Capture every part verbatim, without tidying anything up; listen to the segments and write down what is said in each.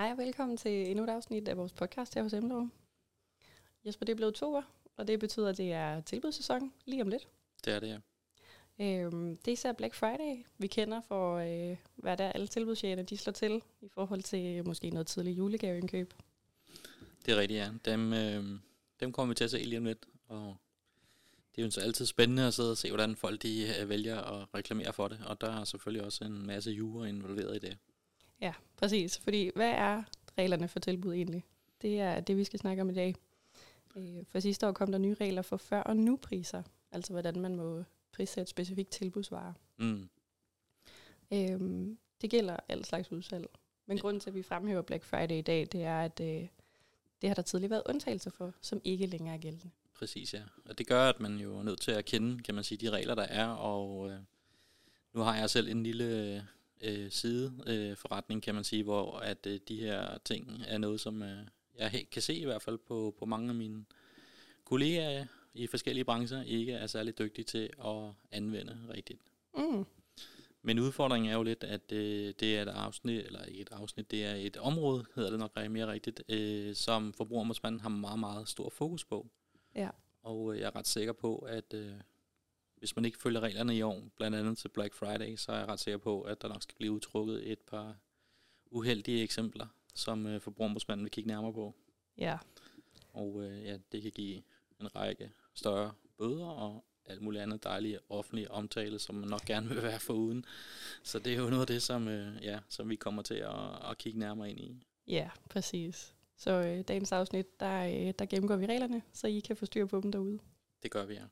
Hej og velkommen til endnu et afsnit af vores podcast her hos Emlov. Jesper, det er blevet oktober, og det betyder, at det er tilbudssæson lige om lidt. Det er det, ja. Øhm, det er især Black Friday, vi kender for, øh, hvad der alle tilbudscheferne de slår til i forhold til måske noget tidlig julegaveindkøb. Det er rigtigt, ja. Dem, øh, dem kommer vi til at se lige om lidt, og det er jo så altid spændende at sidde og se, hvordan folk de øh, vælger at reklamere for det, og der er selvfølgelig også en masse jura involveret i det. Ja, præcis. Fordi hvad er reglerne for tilbud egentlig? Det er det, vi skal snakke om i dag. Øh, for sidste år kom der nye regler for før- og nu-priser, altså hvordan man må prissætte specifikt tilbudsvarer. Mm. Øhm, det gælder al slags udsalg. Men ja. Grunden til, at vi fremhæver Black Friday i dag, det er, at øh, det har der tidligere været undtagelser for, som ikke længere er gældende. Præcis, ja. Og det gør, at man jo er nødt til at kende, kan man sige, de regler, der er. Og øh, nu har jeg selv en lille øh, sideforretning, øh, forretning, kan man sige, hvor at øh, de her ting er noget, som øh, jeg kan se i hvert fald på, på mange af mine kollegaer i forskellige brancher, ikke er særlig dygtige til at anvende rigtigt. Mm. Men udfordringen er jo lidt, at øh, det er et afsnit, eller ikke et afsnit, det er et område, hedder det nok mere rigtigt, øh, som Forbrugerombudsmanden har meget, meget stor fokus på. Ja. Og øh, jeg er ret sikker på, at øh, hvis man ikke følger reglerne i år, blandt andet til Black Friday, så er jeg ret sikker på, at der nok skal blive udtrukket et par uheldige eksempler, som øh, Forbrugerombudsmanden vil kigge nærmere på. Ja. Og øh, ja, det kan give en række større bøder og alt muligt andet dejlige offentlige omtale, som man nok gerne vil være foruden. Så det er jo noget af det, som, øh, ja, som vi kommer til at, at kigge nærmere ind i. Ja, præcis. Så øh, dagens afsnit, der, øh, der gennemgår vi reglerne, så I kan få styr på dem derude. Det gør vi, ja.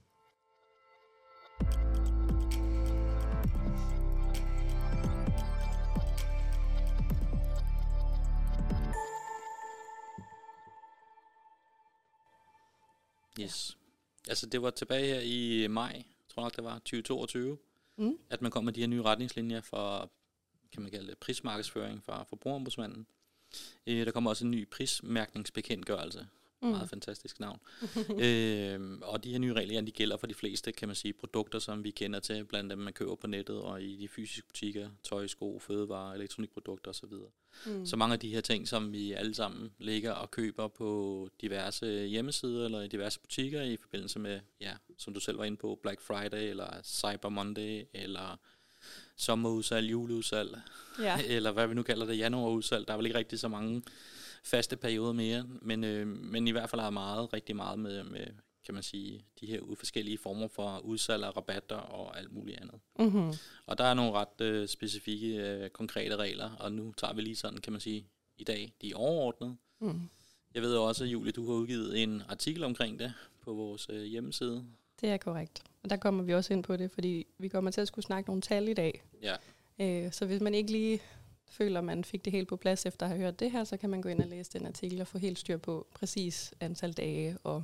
Yes. Altså det var tilbage her i maj, jeg tror nok det var tyve toogtyve, mm. at man kom med de her nye retningslinjer for, kan man kalde det, prismarkedsføring fra Forbrugerombudsmanden. Øh, der kommer også en ny prismærkningsbekendtgørelse. Mm. Meget fantastisk navn. øh, og de her nye regler, de gælder for de fleste, kan man sige, produkter, som vi kender til, blandt dem man køber på nettet og i de fysiske butikker, tøj, sko, fødevarer, elektronikprodukter osv. Mm. Så mange af de her ting, som vi alle sammen ligger og køber på diverse hjemmesider eller i diverse butikker i forbindelse med, ja, som du selv var inde på, Black Friday eller Cyber Monday eller sommerudsalg, juleudsalg, ja. Eller hvad vi nu kalder det, januarudsalg. Der er vel ikke rigtig så mange faste perioder mere, men, øh, men i hvert fald har meget, rigtig meget med, med, kan man sige, de her forskellige former for udsalg og rabatter og alt muligt andet. Mm-hmm. Og der er nogle ret øh, specifikke, øh, konkrete regler, og nu tager vi lige sådan, kan man sige, i dag, de er overordnede. Mm. Jeg ved også, Julie, du har udgivet en artikel omkring det på vores øh, hjemmeside. Det er korrekt, og der kommer vi også ind på det, fordi vi kommer til at skulle snakke nogle tal i dag. Ja. Øh, så hvis man ikke lige føler, at man fik det helt på plads efter at have hørt det her, så kan man gå ind og læse den artikel og få helt styr på præcis antal dage og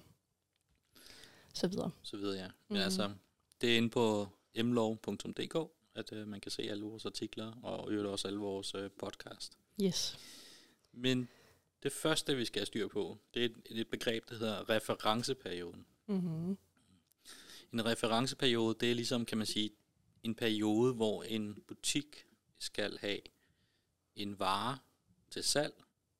så videre. Så videre, ja. Men mm-hmm. altså, det er inde på emlov punktum d k, at uh, man kan se alle vores artikler, og øvrigt også alle vores uh, podcast. Yes. Men det første, vi skal have styr på, det er et, et begreb, der hedder referenceperioden. Mm-hmm. En referenceperiode, det er ligesom, kan man sige, en periode, hvor en butik skal have en vare til salg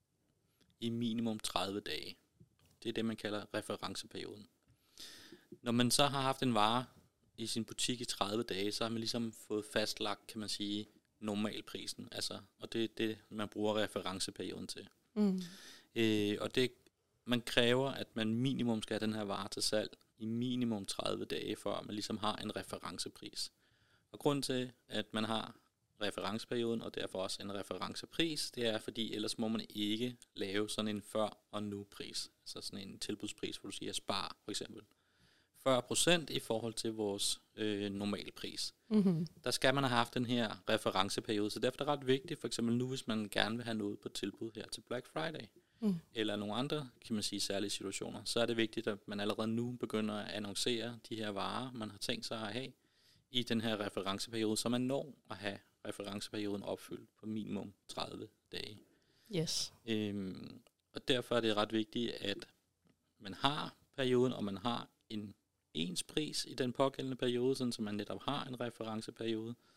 i minimum tredive dage. Det er det, man kalder referenceperioden. Når man så har haft en vare i sin butik i tredive dage, så har man ligesom fået fastlagt, kan man sige, normalprisen. Altså, og det er det, man bruger referenceperioden til. Mm. Øh, og det, man kræver, at man minimum skal have den her vare til salg i minimum tredive dage, før man ligesom har en referencepris. Og grunden til, at man har referenceperioden, og derfor også en referencepris, det er, fordi ellers må man ikke lave sådan en før- og nu-pris. Altså sådan en tilbudspris, hvor du siger spar, for eksempel. fyrre procent i forhold til vores øh, normalpris. Mm-hmm. Der skal man have haft den her referenceperiode, så derfor er det ret vigtigt, for eksempel nu, hvis man gerne vil have noget på tilbud her til Black Friday, mm. eller nogle andre, kan man sige, særlige situationer, så er det vigtigt, at man allerede nu begynder at annoncere de her varer, man har tænkt sig at have i den her referenceperiode, så man når at have referenceperioden opfyldt på minimum tredive dage. Yes. Øhm, og derfor er det ret vigtigt, at man har perioden, og man har en ens pris i den pågældende periode, sådan så man netop har en referenceperiode.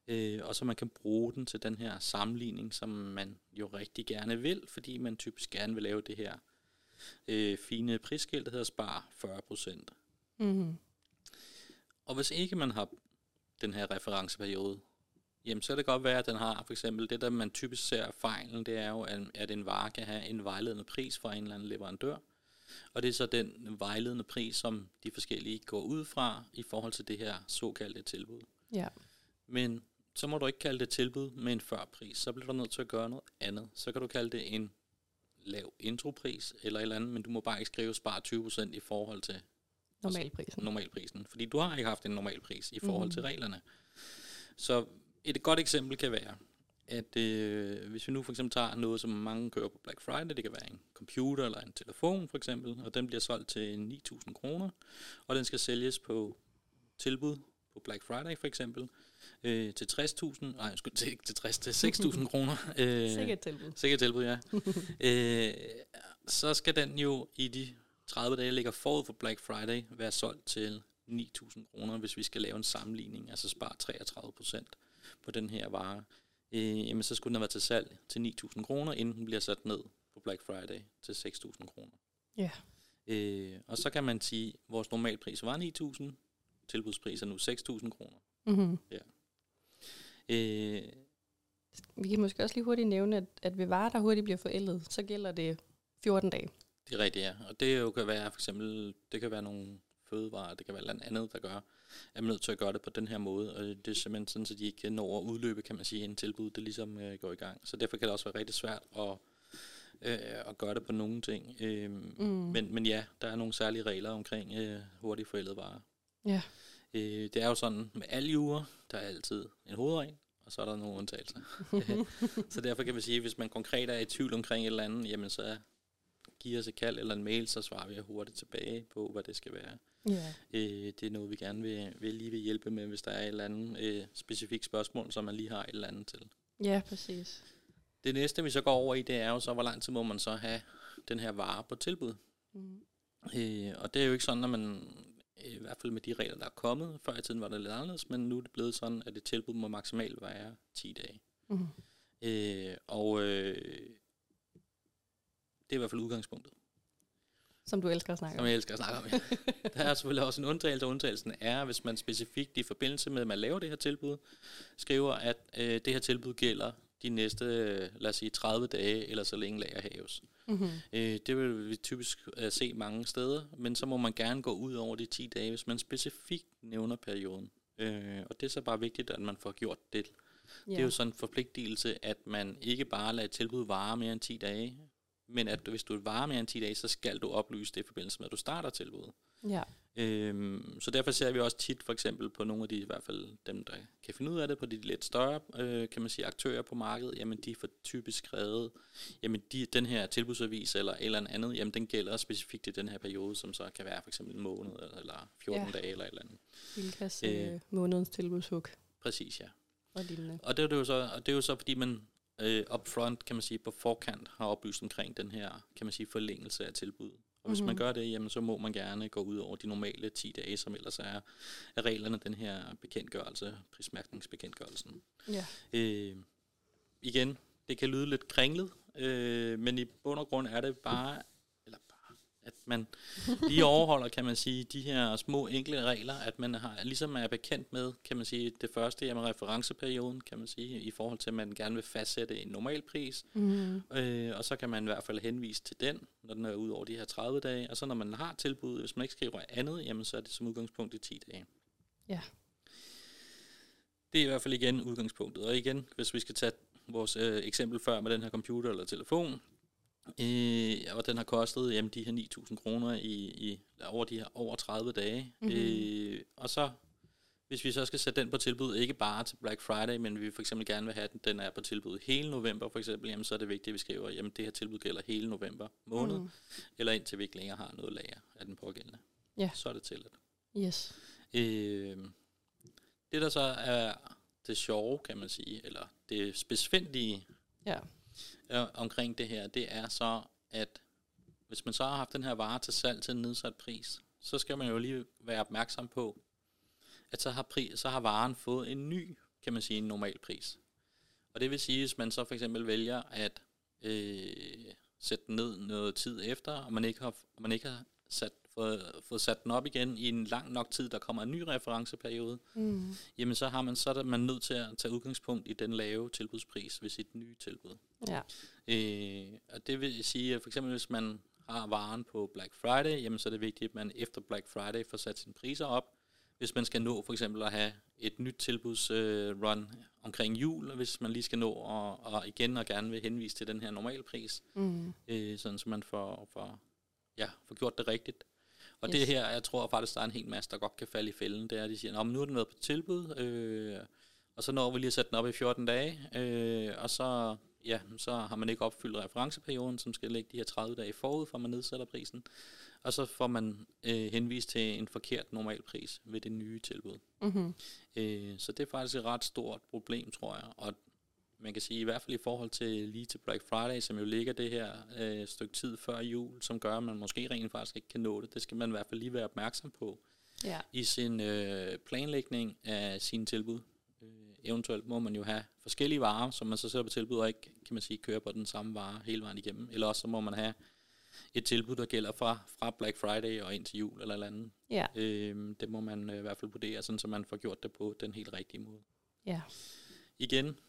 øh, og så man kan bruge den til den her sammenligning, som man jo rigtig gerne vil, fordi man typisk gerne vil lave det her øh, fine prisskilt, der hedder spar fyrre procent. Mm-hmm. Og hvis ikke man har den her referenceperiode, jamen så kan det godt være, at den har for eksempel det, der man typisk ser fejlen, det er jo, at en vare kan have en vejledende pris fra en eller anden leverandør. Og det er så den vejledende pris, som de forskellige går ud fra i forhold til det her såkaldte tilbud. Ja. Men så må du ikke kalde det tilbud med en førpris. Så bliver du nødt til at gøre noget andet. Så kan du kalde det en lav intropris eller et eller andet, men du må bare ikke skrive spar tyve procent i forhold til normalprisen. Altså, normalprisen. Fordi du har ikke haft en normalpris i forhold mm. til reglerne. Så et godt eksempel kan være, at øh, hvis vi nu for eksempel tager noget, som mange kører på Black Friday, det kan være en computer eller en telefon for eksempel, og den bliver solgt til ni tusind kroner, og den skal sælges på tilbud på Black Friday for eksempel, øh, til tres tusind, nej, jeg skulle til, til tres, til seks tusind kroner. Øh, Sikkert tilbud. Sikkert tilbud, ja. øh, så skal den jo i de tredive dage, ligger forud for Black Friday, være solgt til ni tusind kroner, hvis vi skal lave en sammenligning, altså spare treogtredive procent på den her vare. Øh, jamen så skulle den være til salg til ni tusind kroner, inden den bliver sat ned på Black Friday til seks tusind kroner. Ja. Øh, og så kan man sige, at vores normalpris var ni tusind, tilbudspris er nu seks tusind kroner. Mm-hmm. Ja. Øh, Vi kan måske også lige hurtigt nævne, at, at ved varer, der hurtigt bliver forældet, så gælder det fjorten dage. Det er rigtigt, ja. Og det jo kan være for eksempel, det kan være nogle fødevarer, det kan være noget andet, der gør, at man er nødt til at gøre det på den her måde, og det er simpelthen sådan, at de ikke når at udløbe, kan man sige, en tilbud, det ligesom øh, går i gang. Så derfor kan det også være rigtig svært at, øh, at gøre det på nogle ting. Øh, mm. men, men ja, der er nogle særlige regler omkring øh, hurtigt forældede varer. Ja. Øh, det er jo sådan, med alle jure, der er altid en hovedregel, og så er der nogle undtagelser. Så derfor kan vi sige, at hvis man konkret er i tvivl omkring et eller andet, jamen så giver os et kald eller en mail, så svarer vi hurtigt tilbage på, hvad det skal være. Ja. Øh, det er noget, vi gerne vil, vil lige vil hjælpe med, hvis der er et eller andet øh, specifikt spørgsmål, som man lige har et eller andet til. Ja, præcis. Det næste, vi så går over i, det er jo så, hvor lang tid må man så have den her vare på tilbud. Mm. Øh, og det er jo ikke sådan, at man, i hvert fald med de regler, der er kommet, før i tiden var det lidt anderledes, men nu er det blevet sådan, at et tilbud må maksimalt være ti dage. Mm. Øh, og øh, det er i hvert fald udgangspunktet. Som du elsker at snakke om. Som jeg elsker at snakke om, ja. Der er selvfølgelig også en undtagelse, og undtagelsen er, hvis man specifikt i forbindelse med, at man laver det her tilbud, skriver, at øh, det her tilbud gælder de næste, lad os sige, tredive dage, eller så længe lager haves. Mm-hmm. Øh, det vil vi typisk uh, se mange steder, men så må man gerne gå ud over de ti dage, hvis man specifikt nævner perioden. Øh, og det er så bare vigtigt, at man får gjort det. Yeah. Det er jo sådan en forpligtelse, at man ikke bare lader et tilbud vare mere end ti dage, men at hvis du varer mere end ti dage, så skal du oplyse det i forbindelse med, at du starter tilbuddet. Ja. Øhm, så derfor ser vi også tit for eksempel på nogle af de, i hvert fald dem, der kan finde ud af det, på de lidt større, øh, kan man sige, aktører på markedet, jamen de får typisk skrevet, jamen de, den her tilbudsavis eller eller andet, jamen den gælder specifikt i den her periode, som så kan være for eksempel en måned eller fjorten ja. dage eller et eller andet. Bilkas øh, månedens tilbudshug. Præcis, ja. Og lignende. Og det er jo så, og det er jo så fordi man øh, upfront, kan man sige, på forkant har oplyst omkring den her, kan man sige, forlængelse af tilbuddet. Og hvis mm-hmm. man gør det, jamen, så må man gerne gå ud over de normale ti dage, som ellers er, er reglerne, den her bekendtgørelse, prismærkningsbekendtgørelsen. Ja. Øh, igen, det kan lyde lidt kringlet, øh, men i bund og grund er det bare, eller bare, at man lige overholder, kan man sige, de her små enkle regler, at man har, ligesom er bekendt med, kan man sige, det første, jamen referenceperioden, kan man sige, i forhold til, at man gerne vil fastsætte en normal pris, mm. øh, og så kan man i hvert fald henvise til den, når den er ud over de her tredive dage, og så når man har tilbud, hvis man ikke skriver andet, jamen så er det som udgangspunkt i ti dage. Ja. Det er i hvert fald igen udgangspunktet, og igen, hvis vi skal tage vores øh, eksempel før med den her computer eller telefon, Øh, og den har kostet jamen, de her ni tusind kroner i, i over de her over tredive dage. Mm-hmm. Øh, og så, hvis vi så skal sætte den på tilbud, ikke bare til Black Friday, men vi for eksempel gerne vil have, at den er på tilbud hele november for eksempel, jamen, så er det vigtigt, at vi skriver, jamen det her tilbud gælder hele november måned, mm. eller indtil vi ikke længere har noget lager af den pågældende. Ja. Så er det tilladt. Yes. Øh, det der så er det sjove, kan man sige, eller det spidsfindige, ja. omkring det her, det er så, at hvis man så har haft den her vare til salg til en nedsat pris, så skal man jo lige være opmærksom på, at så har, pri- så har varen fået en ny, kan man sige, en normal pris. Og det vil sige, hvis man så for eksempel vælger at øh, sætte den ned noget tid efter, og man ikke har, man ikke har sat, fået, fået sat den op igen i en lang nok tid, der kommer en ny referenceperiode, mm. jamen så, har man, så er man nødt til at tage udgangspunkt i den lave tilbudspris ved sit nye tilbud. Ja. Øh, og det vil sige, at for eksempel hvis man har varen på Black Friday, jamen så er det vigtigt, at man efter Black Friday får sat sine priser op, hvis man skal nå for eksempel at have et nyt tilbudsrun øh, omkring jul, hvis man lige skal nå og, og igen og gerne vil henvise til den her normalpris, mm. øh, sådan så man får, får, ja, får gjort det rigtigt. Og yes. det her, jeg tror faktisk, der er en hel masse, der godt kan falde i fælden, det er, at de siger, nu er den været på tilbud, øh, og så når vi lige at sætte den op i fjorten dage, øh, og så, ja, så har man ikke opfyldt referenceperioden, som skal ligge de her tredive dage forud, for man nedsætter prisen. Og så får man øh, henvist til en forkert normalpris ved det nye tilbud. Mm-hmm. Øh, så det er faktisk et ret stort problem, tror jeg. Og man kan sige, i hvert fald i forhold til lige til Black Friday, som jo ligger det her øh, stykke tid før jul, som gør, at man måske rent faktisk ikke kan nå det. Det skal man i hvert fald lige være opmærksom på ja. i sin øh, planlægning af sine tilbud. Øh, eventuelt må man jo have forskellige varer, som man så sætter på tilbud, og ikke, kan man sige, kører på den samme vare hele vejen igennem. Eller også så må man have et tilbud, der gælder fra, fra Black Friday og ind til jul eller eller andet. Ja. Øhm, det må man øh, i hvert fald vurdere, sådan, så man får gjort det på den helt rigtige måde. Ja. Igen,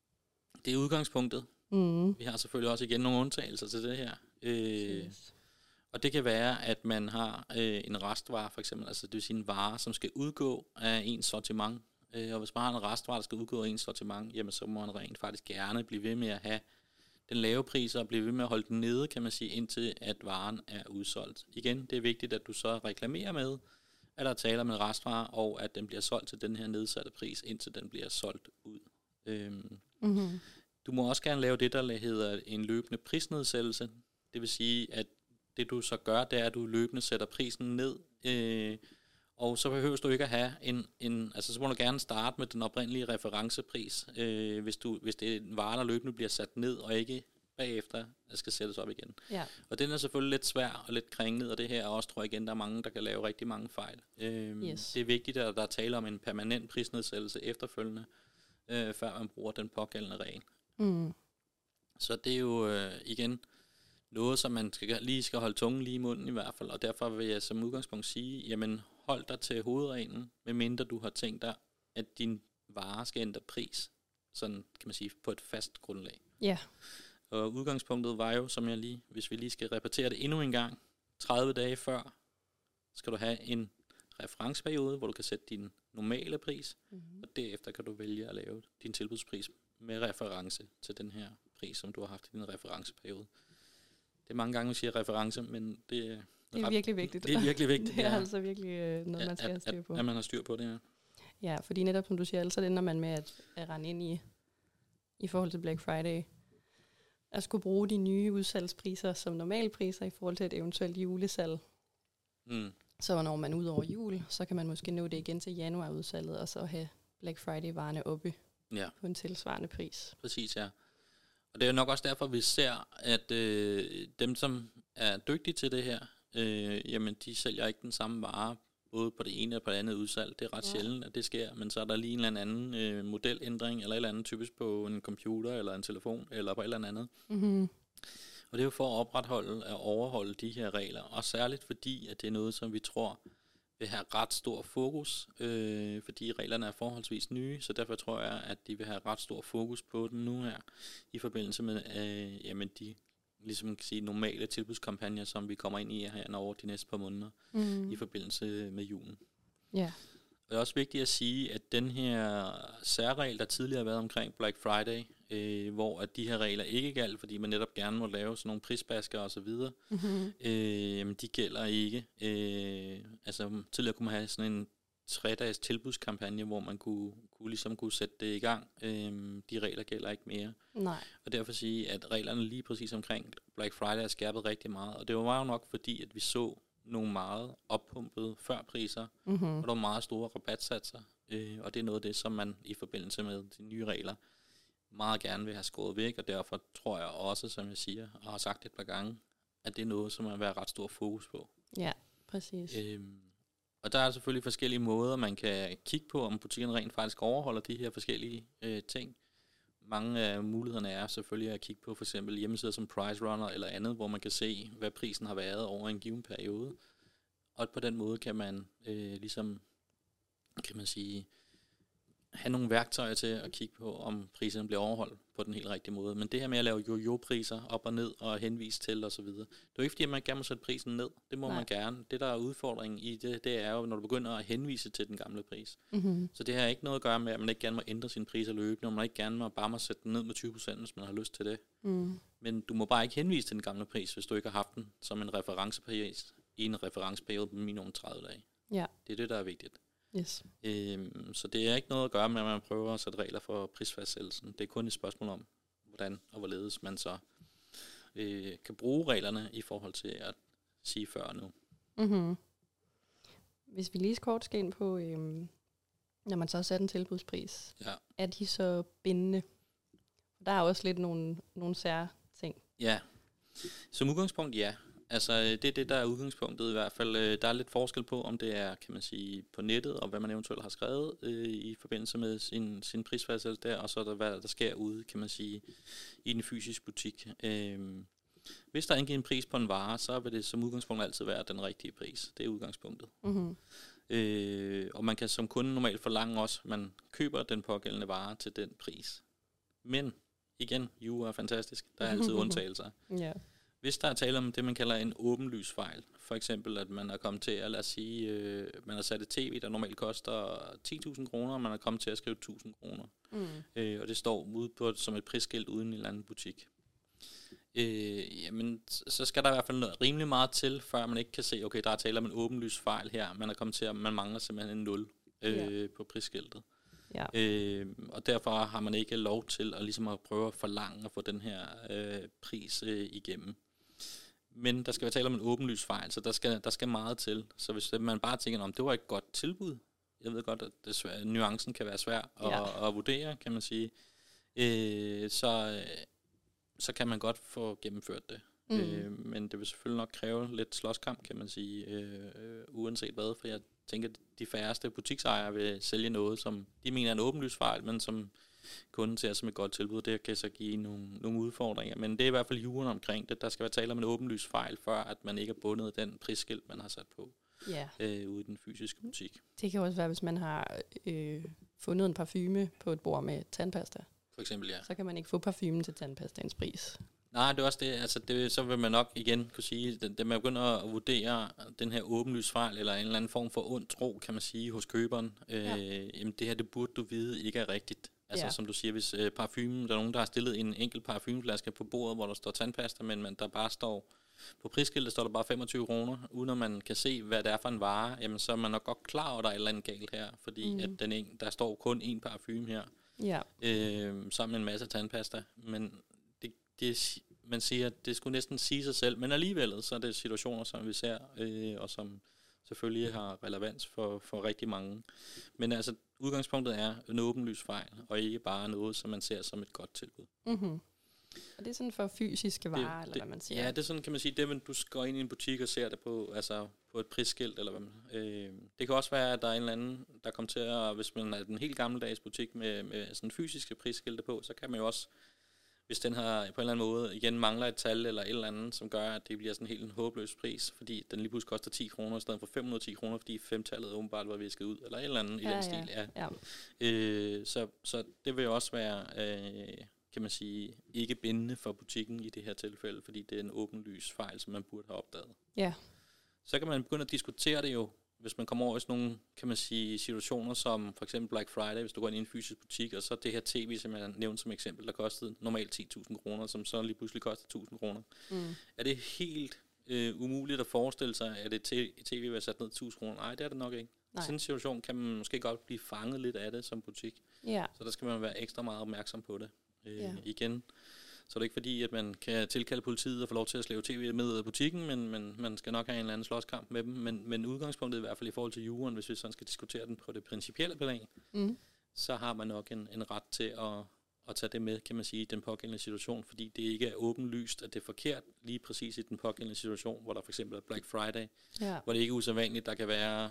det er udgangspunktet. Mm. Vi har selvfølgelig også igen nogle undtagelser til det her. Øh, og det kan være, at man har øh, en restvare, for eksempel, altså det vil sige en vare, som skal udgå af ens sortiment. Øh, og hvis man har en restvare, der skal udgå af ens sortiment, jamen så må man rent faktisk gerne blive ved med at have den lave pris og blive ved med at holde den nede, kan man sige, indtil at varen er udsolgt. Igen, det er vigtigt, at du så reklamerer med, at der taler med restvare, og at den bliver solgt til den her nedsatte pris, indtil den bliver solgt ud. Øhm, mm-hmm. Du må også gerne lave det, der hedder en løbende prisnedsættelse. Det vil sige, at det du så gør, det er, at du løbende sætter prisen ned, øh, og så behøver du ikke at have en, en, altså så må du gerne starte med den oprindelige referencepris, øh, hvis, du, hvis det er en vare, der løbende bliver sat ned, og ikke bagefter skal sættes op igen. Ja. Og den er selvfølgelig lidt svær og lidt kringlet, og det her også, tror jeg igen, der er mange, der kan lave rigtig mange fejl. Øh, yes. Det er vigtigt, at der taler om en permanent prisnedsættelse efterfølgende, øh, før man bruger den pågældende regel. Mm. Så det er jo øh, igen noget, som man skal, lige skal holde tungen lige i munden i hvert fald, og derfor vil jeg som udgangspunkt sige, jamen hold dig til hovedreglen, medmindre du har tænkt dig, at din vare skal ændre pris, sådan kan man sige, på et fast grundlag. Ja. Yeah. Og udgangspunktet var jo, som jeg lige, hvis vi lige skal repetere det endnu en gang, tredive dage før skal du have en referenceperiode, hvor du kan sætte din normale pris, mm-hmm. og derefter kan du vælge at lave din tilbudspris med reference til den her pris, som du har haft i din referenceperiode. Det er mange gange, vi siger reference, men det er, det er ret, virkelig vigtigt. Det er virkelig vigtigt. Det er ja. altså virkelig øh, noget, man skal at, have styr på. At, at man har styr på det, ja. Ja, fordi netop som du siger, så ender man med at, at rende ind i, i forhold til Black Friday, at skulle bruge de nye udsalgspriser som normalpriser i forhold til et eventuelt julesalg. Mm. Så når man ud over jul, så kan man måske nå det igen til januarudsalget, og så have Black Friday-varerne oppe ja. på en tilsvarende pris. Præcis, ja. Og det er jo nok også derfor, vi ser, at øh, dem, som er dygtige til det her, øh, jamen de sælger ikke den samme vare, både på det ene og på det andet udsalg. Det er ret ja. sjældent, at det sker, men så er der lige en eller anden øh, modelændring, eller et eller andet typisk på en computer, eller en telefon, eller på et eller andet. Mm-hmm. Og det er jo for at opretholde og overholde de her regler, og særligt fordi, at det er noget, som vi tror vil have ret stor fokus, øh, fordi reglerne er forholdsvis nye, så derfor tror jeg, at de vil have ret stor fokus på den nu her, i forbindelse med øh, jamen de ligesom kan sige, normale tilbudskampagner, som vi kommer ind i her over de næste par måneder, mm. i forbindelse med julen. Ja. Og det er også vigtigt at sige, at den her særregel, der tidligere har været omkring Black Friday, øh, hvor at de her regler ikke galt, fordi man netop gerne må lave sådan nogle prisbasker og så videre, mm-hmm. øh, de gælder ikke. Øh, altså tidligere kunne man have sådan en tre-dages tilbudskampagne, hvor man kunne, kunne ligesom kunne sætte det i gang. Øh, de regler gælder ikke mere. Nej. Og derfor sige, at reglerne lige præcis omkring Black Friday er skærpet rigtig meget. Og det var jo nok fordi, at vi så nogle meget oppumpede førpriser, mm-hmm. og der var meget store rabatsatser, øh, og det er noget af det, som man i forbindelse med de nye regler meget gerne vil have skåret væk, og derfor tror jeg også, som jeg siger, og har sagt et par gange, at det er noget, som man vil have ret stor fokus på. Ja, præcis. Øhm, Og der er selvfølgelig forskellige måder, man kan kigge på, om butikkerne rent faktisk overholder de her forskellige øh, ting. Mange af mulighederne er selvfølgelig at kigge på for eksempel hjemmesider som Price Runner eller andet, hvor man kan se, hvad prisen har været over en given periode. Og på den måde kan man øh, ligesom, kan man sige, have nogle værktøjer til at kigge på, om priserne bliver overholdt på den helt rigtige måde. Men det her med at lave jo-jo-priser op og ned og henvise til osv., det er jo ikke fordi, at man gerne må sætte prisen ned. Det må Nej. man gerne. Det, der er udfordringen i det, det er jo, når du begynder at henvise til den gamle pris. Mm-hmm. Så det har ikke noget at gøre med, at man ikke gerne må ændre sine priser løbende, og man ikke gerne må bare må sætte den ned med tyve procent, hvis man har lyst til det. Mm. Men du må bare ikke henvise til den gamle pris, hvis du ikke har haft den som en referenceperiode i en referenceperiode på minimum tredive dage. Ja. Det er det, der er vigtigt. Yes. Øhm, så det er ikke noget at gøre med, at man prøver at sætte regler for prisfastsættelsen. Det er kun et spørgsmål om, hvordan og hvorledes man så øh, kan bruge reglerne i forhold til at sige før nu. Mm-hmm. Hvis vi lige kort skal ind på, øhm, når man så har sat en tilbudspris, ja. Er de så bindende? Der er også lidt nogle, nogle sære ting. Ja, som udgangspunkt ja. Altså, det er det, der er udgangspunktet i hvert fald. Der er lidt forskel på, om det er, kan man sige, på nettet, og hvad man eventuelt har skrevet øh, i forbindelse med sin, sin prisfastsættelse der, og så er der, hvad der sker ude, kan man sige, i en fysisk butik. Øh, hvis der er indgivet en pris på en vare, så vil det som udgangspunkt altid være den rigtige pris. Det er udgangspunktet. Mm-hmm. Øh, og man kan som kunde normalt forlange også, at man køber den pågældende vare til den pris. Men, igen, jura er fantastisk. Der er altid undtagelser. Ja. Yeah. Hvis der er tale om det, man kalder en åbenlys fejl, for eksempel at man er kommet til at, lad os sige, øh, man har sat et tv, der normalt koster ti tusind kroner, og man er kommet til at skrive tusind kroner. Mm. Øh, og det står ude på som et prisskilt uden en eller anden butik. Øh, jamen, så skal der i hvert fald noget rimelig meget til, før man ikke kan se, okay, der er tale om en åbenlys fejl her. Man er kommet til at, man mangler simpelthen en nul øh, yeah. på prisskiltet. Ja. Øh, og derfor har man ikke lov til at, ligesom at prøve at forlange at få den her øh, pris øh, igennem. Men der skal være tale om en åbenlys fejl, så der skal, der skal meget til. Så hvis man bare tænker, om det var et godt tilbud, jeg ved godt, at det svær, nuancen kan være svær at, ja. at vurdere, kan man sige, øh, så, så kan man godt få gennemført det. Mm. Øh, men det vil selvfølgelig nok kræve lidt slåskamp, kan man sige, øh, uanset hvad, for jeg tænker, at de færreste butiksejere vil sælge noget, som de mener er en åbenlys fejl, men som kunden ser som et godt tilbud. Det kan så give nogle, nogle udfordringer, men det er i hvert fald juraen omkring det. Der skal være tale om en åbenlys fejl, før at man ikke er bundet af den prisskilt, man har sat på yeah. øh, ude i den fysiske butik. Det kan også være, hvis man har øh, fundet en parfume på et bord med tandpasta. For eksempel, ja. Så kan man ikke få parfumen til tandpastaens pris. Nej, det er også det. Altså, det, så vil man nok igen kunne sige, at det, man begynder at vurdere den her åbenlys fejl, eller en eller anden form for ond tro, kan man sige, hos køberen. Øh, ja. Jamen, det her, det burde du vide, ikke er rigtigt. Altså, ja. Som du siger, hvis øh, parfumen, der er nogen, der har stillet en enkelt parfumeflaske på bordet, hvor der står tandpasta, men man, der bare står, på prisskiltet står der bare femogtyve kroner, uden at man kan se, hvad det er for en vare, jamen, så er man nok godt klar over, at der er et eller andet galt her, fordi mm. at den en, der står kun én parfume her, ja. øh, sammen med en masse tandpasta, men det, det, man siger, at det skulle næsten sige sig selv, men alligevel, så er det situationer, som vi ser, øh, og som selvfølgelig har relevans for, for rigtig mange. Men altså, udgangspunktet er en åbenlys fejl, og ikke bare noget, som man ser som et godt tilbud. Mm-hmm. Og det er sådan for fysiske varer, det, eller hvad man siger? Ja, det er sådan, kan man sige, det, at du går ind i en butik og ser det på, altså på et prisskilt, eller hvad man, øh, det kan også være, at der er en eller anden, der kommer til at, hvis man er den helt gammeldags butik med, med sådan fysiske prisskilte på, så kan man jo også, hvis den her på en eller anden måde igen mangler et tal eller et eller andet, som gør, at det bliver sådan helt en håbløs pris, fordi den lige pludselig koster ti kroner i stedet for fem hundrede og ti kroner, fordi femtallet åbenbart var visket ud, eller et eller andet ja, i den ja, stil. Ja. Ja. Øh, så, så det vil jo også være, øh, kan man sige, ikke bindende for butikken i det her tilfælde, fordi det er en åbenlys fejl, som man burde have opdaget. Ja. Så kan man begynde at diskutere det jo, hvis man kommer over i sådan nogle, kan man sige, situationer som for eksempel Black Friday, hvis du går ind i en fysisk butik, og så det her tv, som jeg nævnte som eksempel, der kostede normalt ti tusind kroner, som så lige pludselig koster tusind kroner. Mm. Er det helt øh, umuligt at forestille sig, at et tv vil sat ned tusind kroner? Nej, det er det nok ikke. Nej. I sådan en situation kan man måske godt blive fanget lidt af det som butik. Yeah. Så der skal man være ekstra meget opmærksom på det. Øh, yeah. Igen. Så det er ikke fordi, at man kan tilkalde politiet og få lov til at slæve tv med ud af butikken, men, men man skal nok have en eller anden slåskamp med dem. Men, men udgangspunktet i hvert fald i forhold til juraen, hvis vi sådan skal diskutere den på det principielle plan, mm. så har man nok en, en ret til at, at tage det med, kan man sige, i den pågældende situation, fordi det ikke er åbenlyst, at det er forkert lige præcis i den pågældende situation, hvor der for eksempel er Black Friday, ja. Hvor det ikke er usædvanligt, der kan være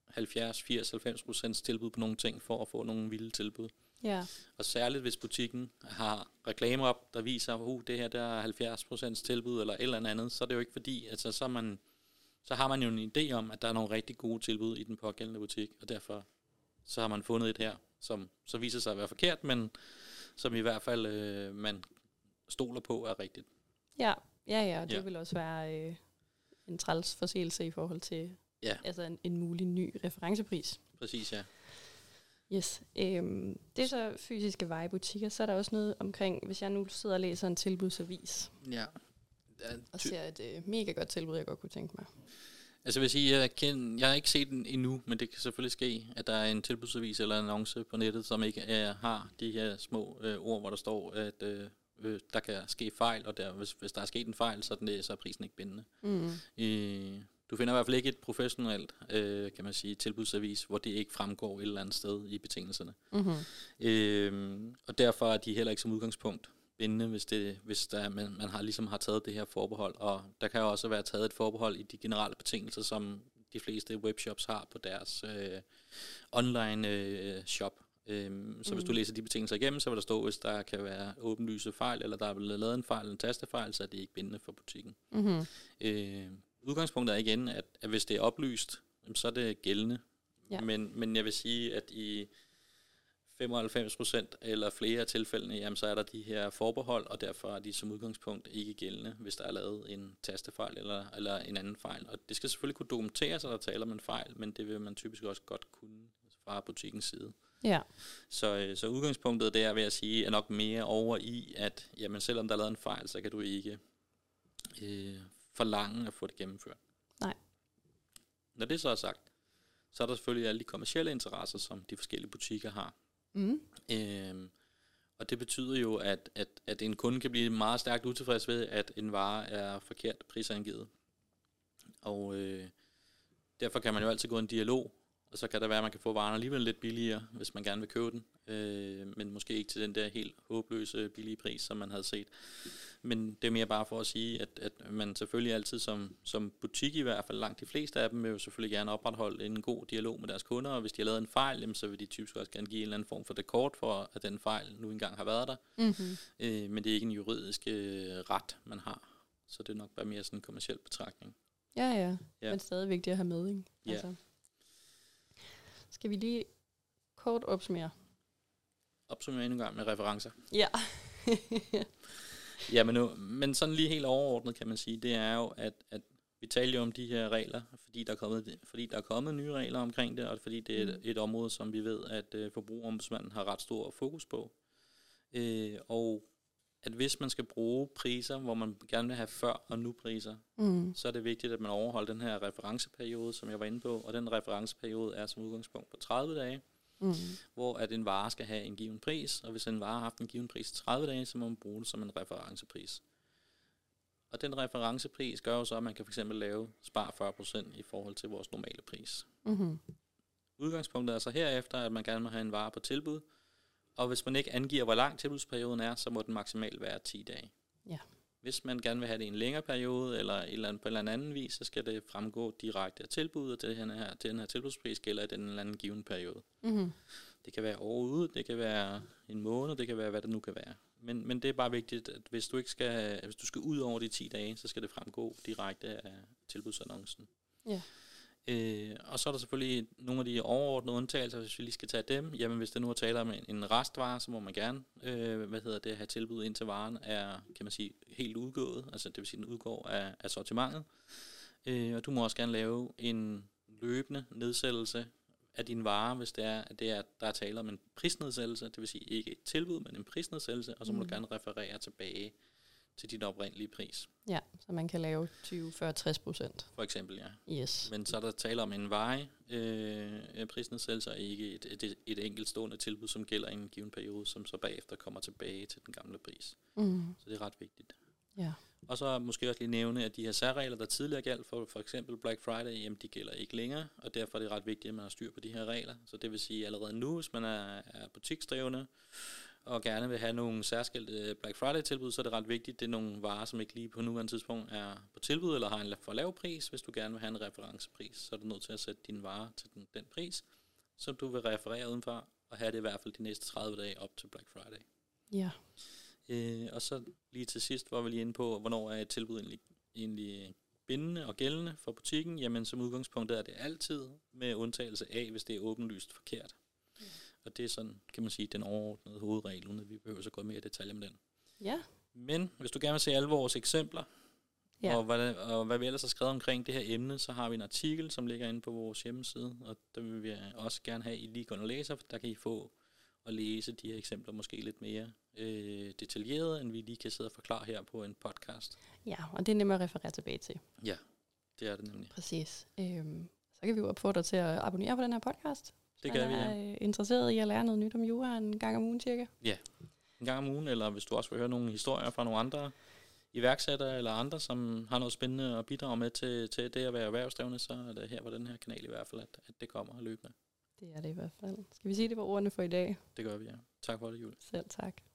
halvfjerds, firs, halvfems procent tilbud på nogle ting, for at få nogle vilde tilbud. Ja. Og særligt hvis butikken har reklamer op, der viser, at uh, det her der er halvfjerds procent tilbud, eller et eller andet, så er det jo ikke fordi, altså så, man, så har man jo en idé om, at der er nogle rigtig gode tilbud i den pågældende butik, og derfor så har man fundet et her, som så viser sig at være forkert, men som i hvert fald øh, man stoler på er rigtigt. Ja, ja, ja, det ja. vil også være øh, en træls forseelse i forhold til ja. altså en, en mulig ny referencepris. Præcis, ja. Yes. Øhm, det er så fysiske vejebutikker. Så er der også noget omkring, hvis jeg nu sidder og læser en tilbudsavis, Ja. og ser et øh, mega godt tilbud, jeg godt kunne tænke mig. Altså jeg vil sige, jeg, kend, jeg har ikke set den endnu, men det kan selvfølgelig ske, at der er en tilbudsavis eller en annonce på nettet, som ikke er, har de her små øh, ord, hvor der står, at øh, øh, der kan ske fejl, og der, hvis, hvis der er sket en fejl, så er, den, så er prisen ikke bindende. Mm. Øh, du finder i hvert fald ikke et professionelt, øh, kan man sige, tilbudsavis, hvor det ikke fremgår et eller andet sted i betingelserne. Mm-hmm. Øh, og derfor er de heller ikke som udgangspunkt bindende, hvis, det, hvis der, man, man har, ligesom har taget det her forbehold. Og der kan jo også være taget et forbehold i de generelle betingelser, som de fleste webshops har på deres øh, online øh, shop. Øhm, så mm. hvis du læser de betingelser igennem, så vil der stå, hvis der kan være åbenlyse fejl, eller der er blevet lavet en fejl, en tastefejl, så er det ikke bindende for butikken. Mm-hmm. Øh, udgangspunktet er igen, at, at hvis det er oplyst, så er det gældende. Ja. Men, men jeg vil sige, at i femoghalvfems procent eller flere af tilfældene, jamen, så er der de her forbehold, og derfor er de som udgangspunkt ikke gældende, hvis der er lavet en tastefejl eller, eller en anden fejl. Og det skal selvfølgelig kunne dokumenteres, at der taler om en fejl, men det vil man typisk også godt kunne fra butikkens side. Ja. Så, så udgangspunktet der, vil jeg sige, er nok mere over i, at jamen, selvom der er lavet en fejl, så kan du ikke øh, forlange at få det gennemført. Nej. Når det så er sagt, så er der selvfølgelig alle de kommercielle interesser, som de forskellige butikker har. Mm. Øhm, og det betyder jo, at, at, at en kunde kan blive meget stærkt utilfreds ved, at en vare er forkert prisangivet. Og øh, derfor kan man jo altid gå en dialog, og så kan der være, at man kan få varen alligevel lidt billigere, hvis man gerne vil købe den. Øh, men måske ikke til den der helt håbløse billige pris, som man havde set. Men det er mere bare for at sige, at, at man selvfølgelig altid som, som butik, i hvert fald langt de fleste af dem, vil jo selvfølgelig gerne opretholde en god dialog med deres kunder, og hvis de har lavet en fejl, jamen, så vil de typisk også gerne give en eller anden form for dekort for, at den fejl nu engang har været der. Mm-hmm. Øh, men det er ikke en juridisk øh, ret, man har. Så det er nok bare mere sådan en kommerciel betragtning. Ja, ja, ja. Men stadig vigtigt at have med, ikke? Ja. Altså. Skal vi lige kort opsummere? Opsummere endnu en gang med referencer. Ja. Ja, men, nu, men sådan lige helt overordnet kan man sige, det er jo, at, at vi taler jo om de her regler, fordi der er kommet, fordi der er kommet nye regler omkring det, og fordi det er et, et område, som vi ved, at uh, Forbrugerombudsmanden har ret stor fokus på. Uh, og at hvis man skal bruge priser, hvor man gerne vil have før- og nu-priser, mm. så er det vigtigt, at man overholder den her referenceperiode, som jeg var inde på, og den referenceperiode er som udgangspunkt på tredive dage, mm. hvor at en vare skal have en given pris, og hvis en vare har haft en given pris i tredive dage, så må man bruge det som en referencepris. Og den referencepris gør jo så, at man kan fx lave spar fyrre procent i forhold til vores normale pris. Mm-hmm. Udgangspunktet er så herefter, at man gerne må have en vare på tilbud, og hvis man ikke angiver, hvor lang tilbudsperioden er, så må den maksimalt være ti dage. Ja. Hvis man gerne vil have det i en længere periode, eller, eller på en eller anden vis, så skal det fremgå direkte af tilbuddet, at den her, den her tilbudspris gælder i den eller anden given periode. Mm-hmm. Det kan være året ud, det kan være en måned, det kan være, hvad det nu kan være. Men, men det er bare vigtigt, at hvis du ikke skal, hvis du skal ud over de ti dage, så skal det fremgå direkte af tilbudsannoncen. Ja. Øh, og så er der selvfølgelig nogle af de overordnede undtagelser, hvis vi lige skal tage dem. Jamen hvis det nu er tale om en, en restvare, så må man gerne øh, hvad hedder det, have tilbud indtil varen er, kan man sige, helt udgået. Altså det vil sige, den udgår af, af sortimentet. Øh, og du må også gerne lave en løbende nedsættelse af din vare, hvis det er, at det er, der er tale om en prisnedsættelse. Det vil sige ikke et tilbud, men en prisnedsættelse. Og så må mm. du gerne referere tilbage til din oprindelige pris. Ja, så man kan lave tyve, fyrre, tres procent. For eksempel, ja. Yes. Men så er der tale om en varig øh, prisnedsættelse, og ikke et, et, et enkeltstående tilbud, som gælder i en given periode, som så bagefter kommer tilbage til den gamle pris. Mm. Så det er ret vigtigt. Ja. Og så måske også lige nævne, at de her særregler, der tidligere galt for for eksempel Black Friday, jamen de gælder ikke længere, og derfor er det ret vigtigt, at man har styr på de her regler. Så det vil sige allerede nu, hvis man er, er butiksdrivende, og gerne vil have nogle særskilte Black Friday-tilbud, så er det ret vigtigt, det er nogle varer, som ikke lige på nuværende tidspunkt er på tilbud, eller har en for lav pris. Hvis du gerne vil have en referencepris, så er du nødt til at sætte dine varer til den, den pris, som du vil referere udenfor, og have det i hvert fald de næste tredive dage op til Black Friday. Ja. Øh, og så lige til sidst var vi lige inde på, hvornår er et tilbud egentlig, egentlig bindende og gældende for butikken. Jamen som udgangspunkt er det altid med undtagelse af, hvis det er åbenlyst forkert. Ja. Og det er sådan, kan man sige, den overordnede hovedregel, uden at vi behøver så gå mere i detaljer med den. Ja. Men hvis du gerne vil se alle vores eksempler, ja. og, hvad, og hvad vi ellers har skrevet omkring det her emne, så har vi en artikel, som ligger inde på vores hjemmeside, og der vil vi også gerne have, at I lige går og læser, for der kan I få at læse de her eksempler måske lidt mere øh, detaljeret, end vi lige kan sidde og forklare her på en podcast. Ja, og det er nemmere at referere tilbage til. Ja, det er det nemlig. Præcis. Øhm, så kan vi jo opfordre til at abonnere på den her podcast. Det kan vi, ja. Er øh, interesseret i at lære noget nyt om jura en gang om ugen cirka. Ja, en gang om ugen, eller hvis du også vil høre nogle historier fra nogle andre iværksættere eller andre, som har noget spændende at bidrage med til, til det at være erhvervsdrivende, så er det her på den her kanal i hvert fald, at, at det kommer løbende. Det er det i hvert fald. Skal vi sige, det var ordene for i dag? Det gør vi, ja. Tak for det, Julie. Selv tak.